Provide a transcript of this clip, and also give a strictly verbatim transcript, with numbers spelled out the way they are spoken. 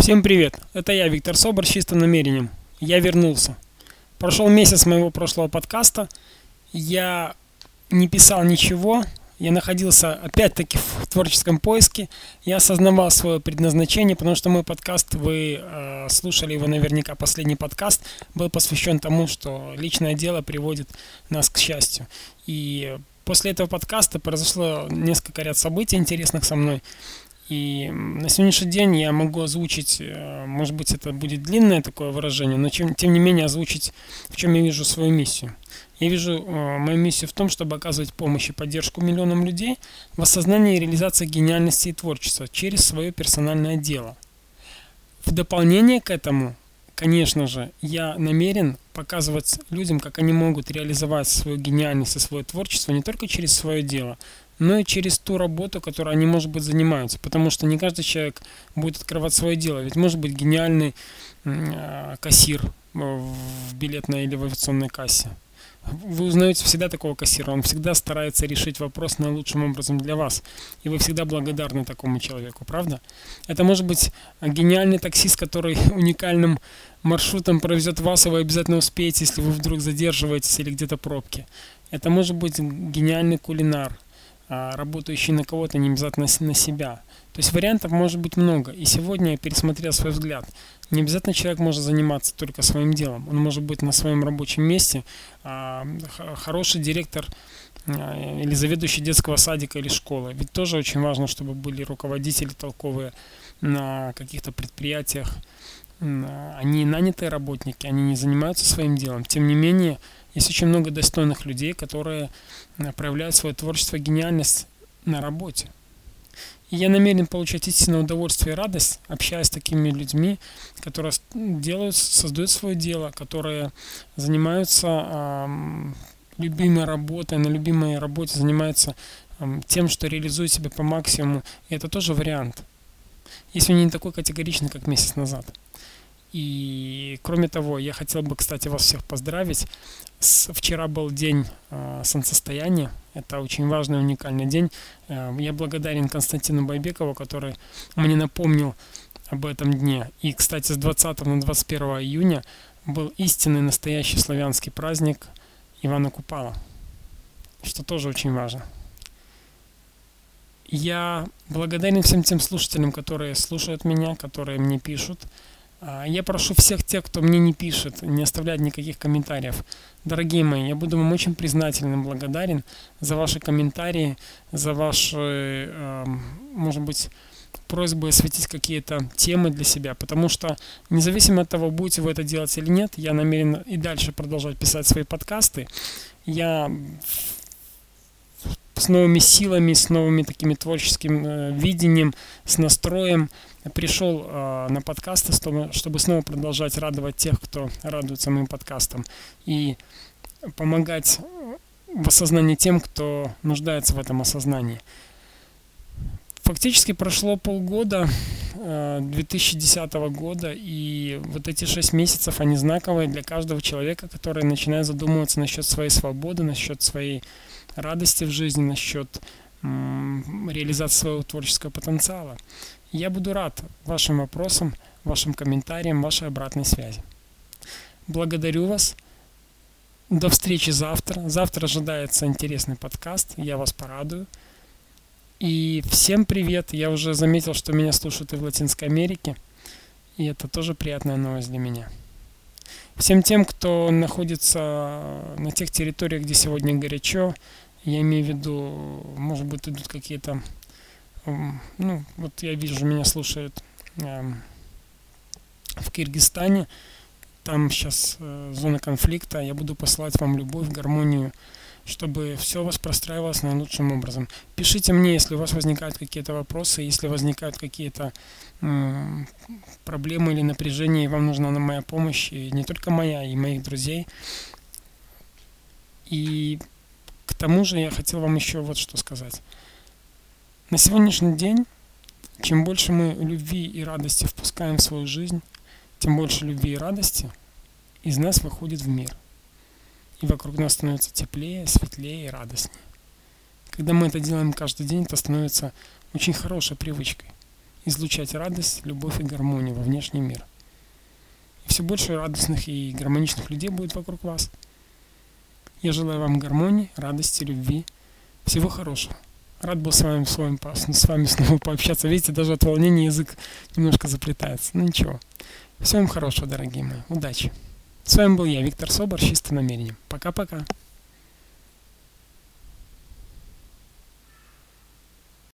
Всем привет! Это я, Виктор Собор, с чистым намерением. Я вернулся. Прошел месяц моего прошлого подкаста. Я не писал ничего. Я находился опять-таки в творческом поиске. Я осознавал свое предназначение, потому что мой подкаст, вы э, слушали его наверняка, последний подкаст, был посвящен тому, что личное дело приводит нас к счастью. И после этого подкаста произошло несколько ряд событий интересных со мной. И на сегодняшний день я могу озвучить, может быть, это будет длинное такое выражение, но чем, тем не менее озвучить, в чем я вижу свою миссию. Я вижу э, мою миссию в том, чтобы оказывать помощь и поддержку миллионам людей в осознании и реализации гениальности и творчества через свое персональное дело. В дополнение к этому, конечно же, я намерен показывать людям, как они могут реализовать свою гениальность и свое творчество не только через свое дело, но и через ту работу, которой они, может быть, занимаются. Потому что не каждый человек будет открывать свое дело. Ведь может быть гениальный э, кассир в билетной или в авиационной кассе. Вы узнаете всегда такого кассира. Он всегда старается решить вопрос наилучшим образом для вас. И вы всегда благодарны такому человеку, правда? Это может быть гениальный таксист, который уникальным маршрутом провезет вас, и вы обязательно успеете, если вы вдруг задерживаетесь или где-то пробки. Это может быть гениальный кулинар, работающий на кого-то, не обязательно на себя. То есть вариантов может быть много. И сегодня я пересмотрел свой взгляд. Не обязательно человек может заниматься только своим делом. Он может быть на своем рабочем месте а, хороший директор а, или заведующий детского садика или школы. Ведь тоже очень важно, чтобы были руководители толковые на каких-то предприятиях. Они нанятые работники, они не занимаются своим делом. Тем не менее, есть очень много достойных людей, которые проявляют свое творчество, гениальность на работе. И я намерен получать истинное удовольствие и радость, общаясь с такими людьми, которые делают, создают свое дело, которые занимаются э, любимой работой, на любимой работе занимаются э, тем, что реализует себя по максимуму. И это тоже вариант, если он не такой категоричный, как месяц назад. И кроме того, я хотел бы, кстати, вас всех поздравить. С, вчера был день э, солнцестояния. Это очень важный, уникальный день. Э, я благодарен Константину Байбекову, который мне напомнил об этом дне. И, кстати, с двадцатого на двадцать первое июня был истинный настоящий славянский праздник Ивана Купала, что тоже очень важно. Я благодарен всем тем слушателям, которые слушают меня, которые мне пишут. Я прошу всех тех, кто мне не пишет, не оставлять никаких комментариев. Дорогие мои, я буду вам очень признателен и благодарен за ваши комментарии, за ваши, э, может быть, просьбы осветить какие-то темы для себя. Потому что, независимо от того, будете вы это делать или нет, я намерен и дальше продолжать писать свои подкасты. Я с новыми силами, с новыми такими творческим э, видением, с настроем пришел э, на подкасты, чтобы, чтобы снова продолжать радовать тех, кто радуется моим подкастам, и помогать в осознании тем, кто нуждается в этом осознании. Фактически прошло полгода э, две тысячи десятого года, и вот эти шесть месяцев, они знаковые для каждого человека, который начинает задумываться насчет своей свободы, насчет своей радости в жизни, насчет м- реализации своего творческого потенциала. Я буду рад вашим вопросам, вашим комментариям, вашей обратной связи. Благодарю вас. До встречи завтра. Завтра ожидается интересный подкаст. Я вас порадую. И всем привет. Я уже заметил, что меня слушают и в Латинской Америке. И это тоже приятная новость для меня. Всем тем, кто находится на тех территориях, где сегодня горячо, я имею в виду, может быть, идут какие-то... Ну, вот я вижу, меня слушают э, в Кыргызстане. Там сейчас э, зона конфликта. Я буду посылать вам любовь, гармонию, чтобы все у вас простраивалось наилучшим образом. Пишите мне, если у вас возникают какие-то вопросы, если возникают какие-то э, проблемы или напряжения, и вам нужна моя помощь, и не только моя, и моих друзей. И к тому же я хотел вам еще вот что сказать. На сегодняшний день, чем больше мы любви и радости впускаем в свою жизнь, тем больше любви и радости из нас выходит в мир. И вокруг нас становится теплее, светлее и радостнее. Когда мы это делаем каждый день, это становится очень хорошей привычкой. излучать радость, любовь и гармонию во внешний мир. И все больше радостных и гармоничных людей будет вокруг вас. Я желаю вам гармонии, радости, любви, всего хорошего. Рад был с вами, с вами, с вами снова пообщаться. Видите, даже от волнения язык немножко заплетается. Ну ничего. Всего вам хорошего, дорогие мои. Удачи. С вами был я, Виктор Собор, с чистым намерением. Пока-пока.